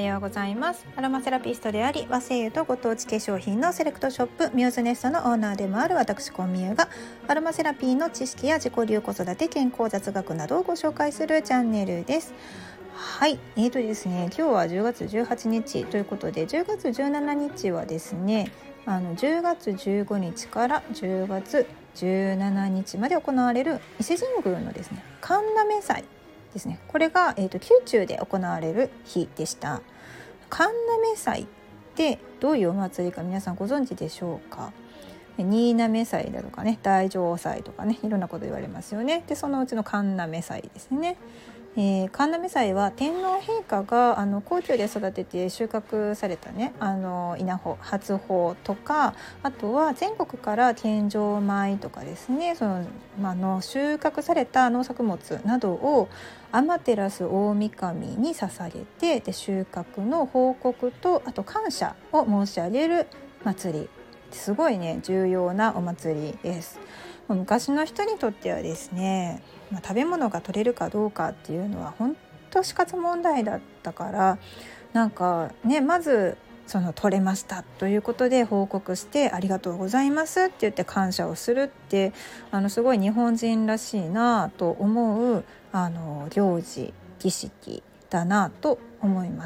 ようございます。アロマセラピストであり、和精油とご当地化粧品のセレクトショップミューズネストのオーナーでもある私コンミューが、アロマセラピーの知識や自己流子育て、健康雑学などをご紹介するチャンネルです。はい、ですね、今日は10月18日ということで、10月17日はですね、10月15日から10月17日まで行われる伊勢神宮のですね、神嘗祭ですね。これが、宮中で行われる日でした。神嘗祭ってどういうお祭りか皆さんご存知でしょうか。新嘗祭だとかね、大嘗祭とかね、いろんなこと言われますよね。でそのうちの神嘗祭ですね。神嘗祭は天皇陛下が皇居で育てて収穫されたね、稲穂、初穂とか、あとは全国から献上米とかですね、その、収穫された農作物などを天照大神に捧げて、で収穫の報告とあと感謝を申し上げる祭り、すごいね重要なお祭りです。昔の人にとってはですね、食べ物が取れるかどうかっていうのは本当死活問題だったから、なんかね、まずその取れましたということで報告して、ありがとうございますって言って感謝をするって、すごい日本人らしいなと思う行事儀式だなと思います。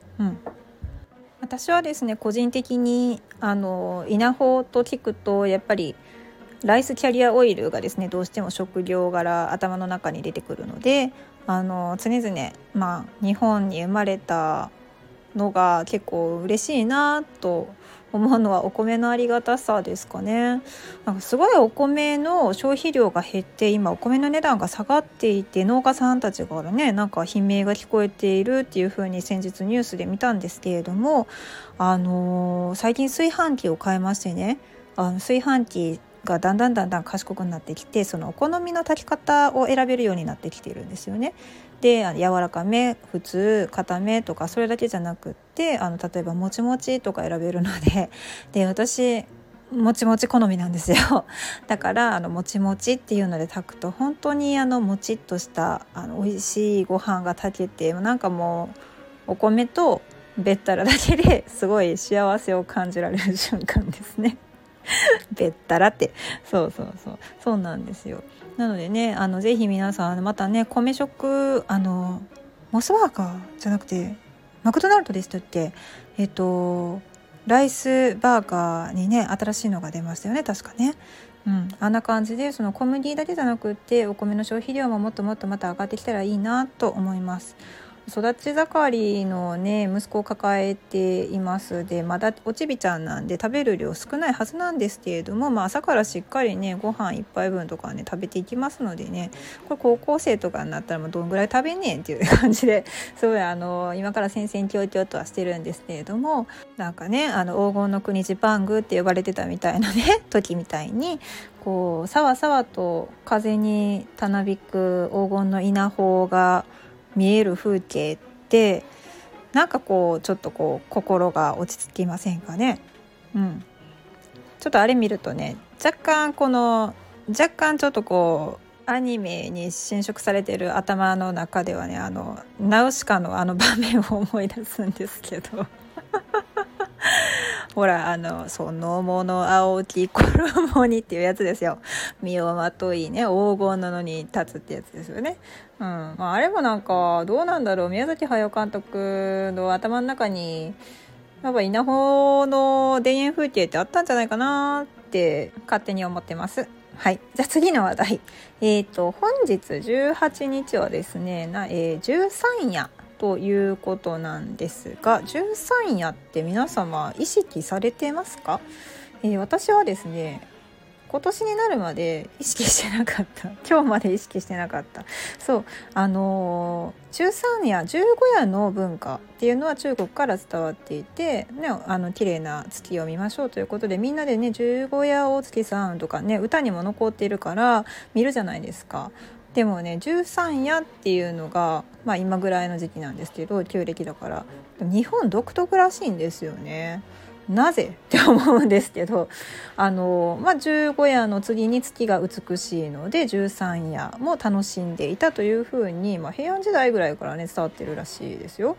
私はですね、個人的に稲穂と聞くとやっぱりライスキャリアオイルがですね、どうしても職業柄頭の中に出てくるので、常々、日本に生まれたのが結構嬉しいなと思うのはお米のありがたさですかね。すごいお米の消費量が減って、今お米の値段が下がっていて、農家さんたちからね、なんか悲鳴が聞こえているっていう風に先日ニュースで見たんですけれども、最近炊飯器を買いましてね、炊飯器がだんだん賢くなってきて、そのお好みの炊き方を選べるようになってきているんですよね。で、柔らかめ、普通、固めとかそれだけじゃなくって、例えばもちもちとか選べるので、私もちもち好みなんですよ。だからもちもちっていうので炊くと、本当にもちっとした美味しいご飯が炊けて、なんかもうお米とべったらだけですごい幸せを感じられる瞬間ですね。べったらってそうなんですよ。なのでね、ぜひ皆さんまたね、米食モスバーガーじゃなくてマクドナルドですとって、ライスバーガーにね、新しいのが出ましたよね、確かね。あんな感じで、その小麦だけじゃなくってお米の消費量ももっともっとまた上がってきたらいいなと思います。育ち盛りのね、息子を抱えています。で、まだおちびちゃんなんで食べる量少ないはずなんですけれども、朝からしっかりね、ご飯1杯分とかね食べていきますのでね、これ高校生とかになったらもうどんぐらい食べんねんっていう感じで、すごい今から戦々恐々とはしてるんですけれども、なんかね、黄金の国ジパングって呼ばれてたみたいなね時みたいに、こうさわさわと風にたなびく黄金の稲穂が見える風景って、なんかこうちょっとこう心が落ち着きませんかね。ちょっとあれ見るとね、若干ちょっとこうアニメに侵食されてる頭の中ではね、ナウシカの場面を思い出すんですけどほら、そのもの青き衣にっていうやつですよ。身をまといね、黄金の野に立つってやつですよね。あれもなんかどうなんだろう、宮崎駿監督の頭の中にやっぱ稲穂の田園風景ってあったんじゃないかなって勝手に思ってます。はい、じゃあ次の話題。本日18日はですね、十三夜ということなんですが、十三夜って皆様意識されてますか？私はですね、今年になるまで意識してなかった。今日まで意識してなかった。そう、十三夜、十五夜の文化っていうのは中国から伝わっていて、ね、綺麗な月を見ましょうということで、みんなでね、十五夜お月さんとかね、歌にも残っているから見るじゃないですか。でもね、十三夜っていうのが、今ぐらいの時期なんですけど、旧暦だから日本独特らしいんですよね。なぜって思うんですけど、十五夜の次に月が美しいので十三夜も楽しんでいたというふうに、平安時代ぐらいからね伝わってるらしいですよ。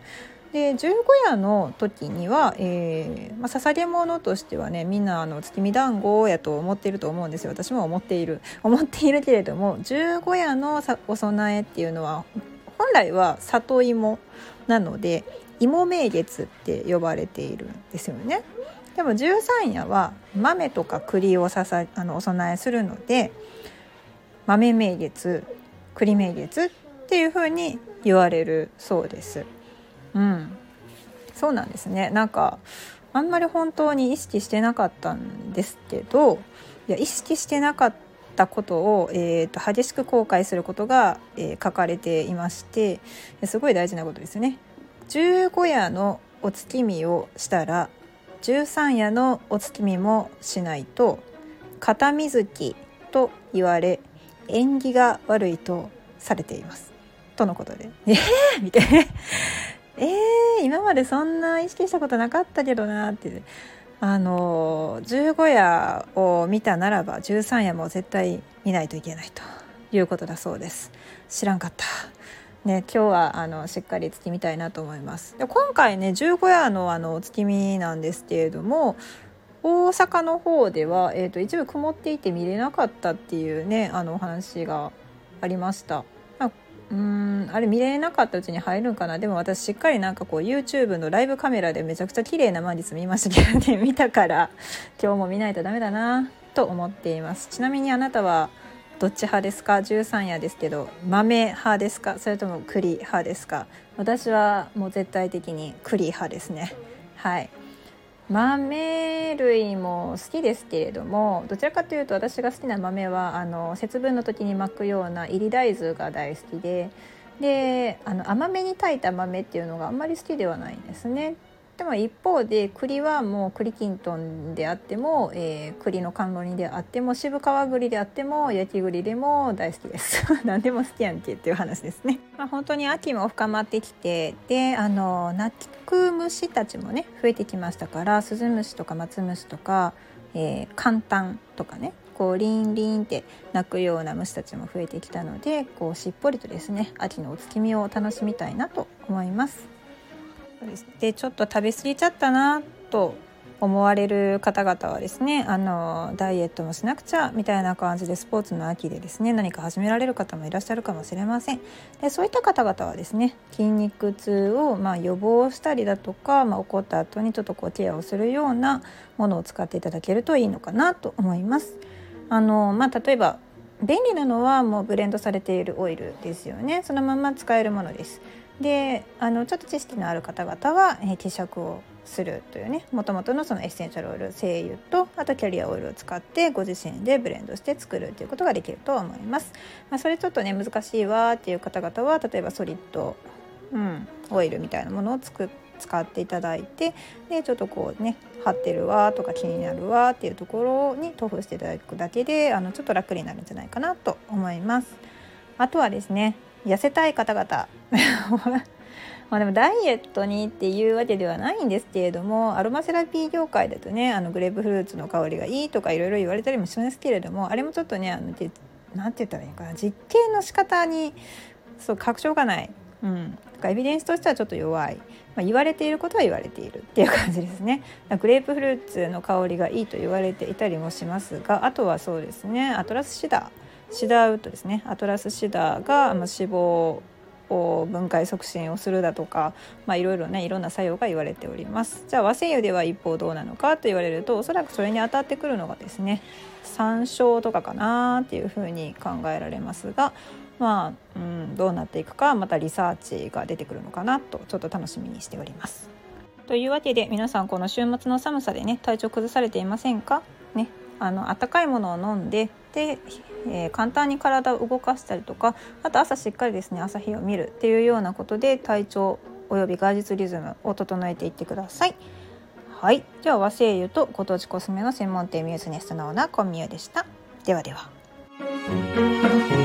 で十五夜の時には、捧げ物としてはね、みんな月見団子やと思っていると思うんですよ。私も思っているけれども、十五夜のお供えっていうのは本来は里芋なので芋名月って呼ばれているんですよね。でも十三夜は豆とか栗をお供えするので、豆名月、栗名月っていう風に言われるそうです。そうなんですね。なんかあんまり本当に意識してなかったんですけど、意識してなかったことを、激しく後悔することが、書かれていまして、すごい大事なことですね。十五夜のお月見をしたら十三夜のお月見もしないと片水木と言われ、縁起が悪いとされていますとのことで、みたいな今までそんな意識したことなかったけどなって、十五夜を見たならば十三夜も絶対見ないといけないということだそうです。知らんかったね。今日はしっかり月見たいなと思います。で今回ね、十五夜のお月見なんですけれども、大阪の方では、一部曇っていて見れなかったっていうね、お話がありました。あれ見れなかったうちに入るんかな。でも私しっかりなんかこう YouTube のライブカメラでめちゃくちゃ綺麗な満月見ましたけどね、見たから今日も見ないとダメだなと思っています。ちなみにあなたはどっち派ですか？十三夜ですけど豆派ですか、それとも栗派ですか？私はもう絶対的に栗派ですね。はい、豆類も好きですけれども、どちらかというと私が好きな豆は節分の時に巻くような入り大豆が大好きで、甘めに炊いた豆っていうのがあんまり好きではないんですね。でも一方で栗はもう栗きんとんであっても、栗の甘露煮であっても渋皮栗であっても焼き栗でも大好きです何でも好きやんけっていう話ですね。本当に秋も深まってきて、で鳴く虫たちもね増えてきましたから、スズムシとかマツムシとか、カンタンとかね、こうリンリンって鳴くような虫たちも増えてきたので、こうしっぽりとですね秋のお月見を楽しみたいなと思います。でちょっと食べ過ぎちゃったなと思われる方々はですね、ダイエットもしなくちゃみたいな感じでスポーツの秋でですね何か始められる方もいらっしゃるかもしれません。でそういった方々はですね、筋肉痛を予防したりだとか、起こった後にちょっとこうケアをするようなものを使っていただけるといいのかなと思います。例えば便利なのはもうブレンドされているオイルですよね。そのまま使えるものです。でちょっと知識のある方々は、希釈をするというね、元々のそのエッセンシャルオイル、精油とあとキャリアオイルを使ってご自身でブレンドして作るということができると思います。それちょっとね難しいわっていう方々は、例えばソリッド、オイルみたいなものを使っていただいて、でちょっとこうね張ってるわとか気になるわっていうところに塗布していただくだけでちょっと楽になるんじゃないかなと思います。あとはですね、痩せたい方々でもダイエットにっていうわけではないんですけれども、アロマセラピー業界だとねグレープフルーツの香りがいいとかいろいろ言われたりもしますけれども、あれもちょっとねなんて言ったらいいかな、実験の仕方に確証がない、エビデンスとしてはちょっと弱い、言われていることは言われているっていう感じですね。グレープフルーツの香りがいいと言われていたりもしますが、あとはそうですね、アトラスシダーウッドですね。アトラスシダーが脂肪を分解促進をするだとか、いろいろねいろんな作用が言われております。じゃあ和精油では一方どうなのかと言われると、おそらくそれに当たってくるのがですね山椒とかかなっていうふうに考えられますが、どうなっていくかまたリサーチが出てくるのかなとちょっと楽しみにしております。というわけで皆さん、この週末の寒さでね体調崩されていませんかね。温かいものを飲んで簡単に体を動かしたりとか、あと朝しっかりですね朝日を見るっていうようなことで体調および外日リズムを整えていってください。はい、では和精油とご当地コスメの専門店ミューズネストのオーナーコンミューでした。ではでは。